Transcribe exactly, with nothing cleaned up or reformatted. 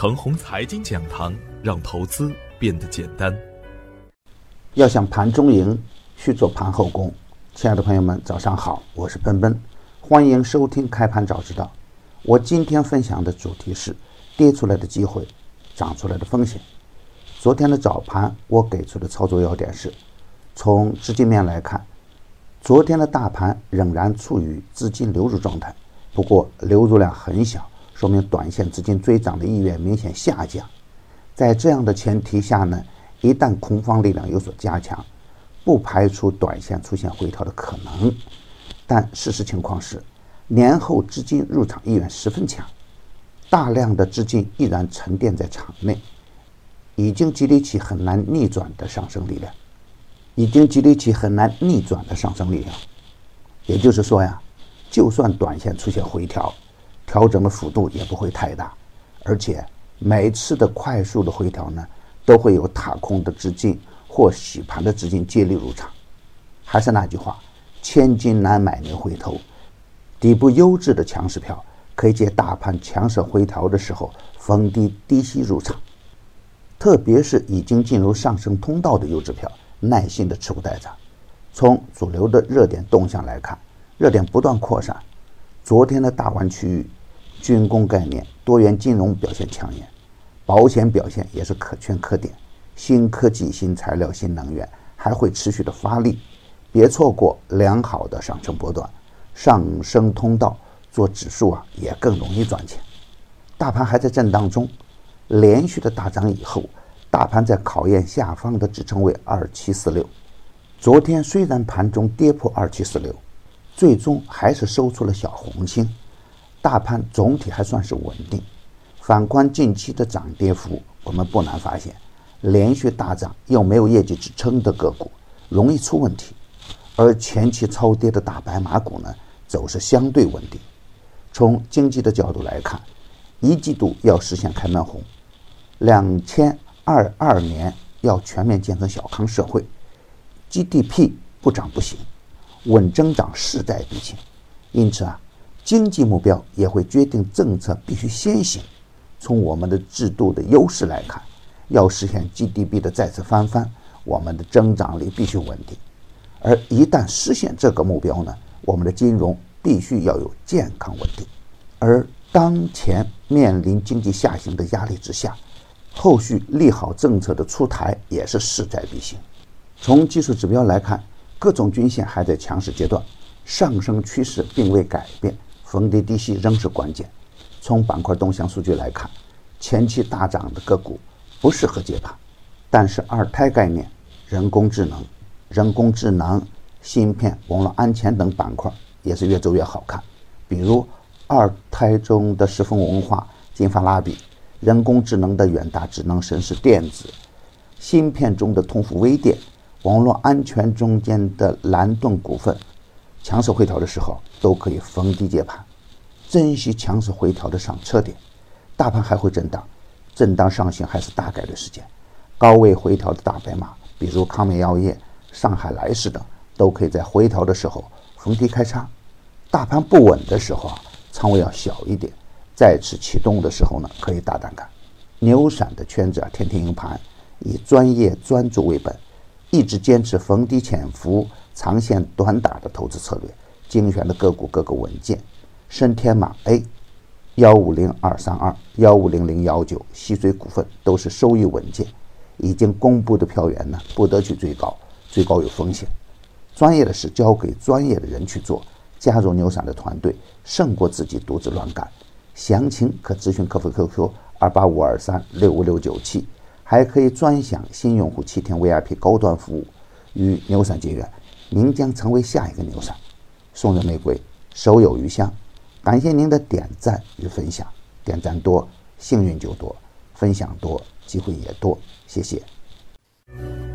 程红财经讲堂，让投资变得简单。 要想盘中赢，需做盘后功。亲爱的朋友们，早上好，我是奔奔，欢迎收听开盘早知道。我今天分享的主题是跌出来的机会，涨出来的风险。昨天的早盘我给出的操作要点是，从资金面来看，昨天的大盘仍然处于资金流入状态，不过流入量很小，说明短线资金追涨的意愿明显下降。在这样的前提下呢，一旦空方力量有所加强，不排除短线出现回调的可能。但事实情况是，年后资金入场意愿十分强，大量的资金依然沉淀在场内，已经积累起很难逆转的上升力量，已经积累起很难逆转的上升力量。也就是说呀，就算短线出现回调，调整的幅度也不会太大，而且每次的快速的回调呢，都会有踏空的资金或洗盘的资金接力入场。还是那句话，千金难买牛回头，底部优质的强势票可以借大盘强势回调的时候逢低低吸入场，特别是已经进入上升通道的优质票，耐心的持股待涨。从主流的热点动向来看，热点不断扩散。昨天的大湾区域，军工概念、多元金融表现抢眼，保险表现也是可圈可点。新科技、新材料、新能源还会持续的发力，别错过良好的上升波段。上升通道做指数啊，也更容易赚钱。大盘还在震荡中，连续的大涨以后，大盘在考验下方的支撑位二七四六。昨天虽然盘中跌破二七四六，最终还是收出了小红星，大盘总体还算是稳定。反观近期的涨跌幅，我们不难发现，连续大涨又没有业绩支撑的个股容易出问题，而前期超跌的大白马股呢，走势相对稳定。从经济的角度来看，一季度要实现开门红，两千二十二年要全面建成小康社会， G D P 不涨不行，稳增长势在必行。因此啊，经济目标也会决定政策必须先行。从我们的制度的优势来看，要实现 G D P 的再次翻番，我们的增长力必须稳定。而一旦实现这个目标呢，我们的金融必须要有健康稳定。而当前面临经济下行的压力之下，后续利好政策的出台也是势在必行。从技术指标来看，各种均线还在强势阶段，上升趋势并未改变，逢低低吸仍是关键。从板块动向数据来看，前期大涨的个股不适合接盘，但是二胎概念、人工智能、人工智能、芯片、网络安全等板块也是越走越好看。比如二胎中的时风文化、金发拉比，人工智能的远大智能神识电子，芯片中的通富微电，网络安全中间的蓝盾股份，强势回调的时候都可以逢低接盘，珍惜强势回调的上车点。大盘还会震荡，震荡上行还是大概率事件。高位回调的大白马，比如康美药业、上海来世等，都可以在回调的时候逢低开仓。大盘不稳的时候啊，仓位要小一点，再次启动的时候呢，可以大胆干。牛散的圈子啊，天天赢盘，以专业专注为本，一直坚持逢低潜伏、长线短打的投资策略，精选的个股个个稳健。深天马 A 一五零二三二、一五零零一九、西水股份都是收益稳健，已经公布的票源呢，不得去追高，追高有风险。专业的事交给专业的人去做，加入牛散的团队，胜过自己独自乱干。详情可咨询客服 Q Q 二八五二三六五六九七，还可以专享新用户七天 V I P 高端服务。与牛散结缘，您将成为下一个牛散。送人玫瑰，手有余香。感谢您的点赞与分享，点赞多，幸运就多；分享多，机会也多。谢谢。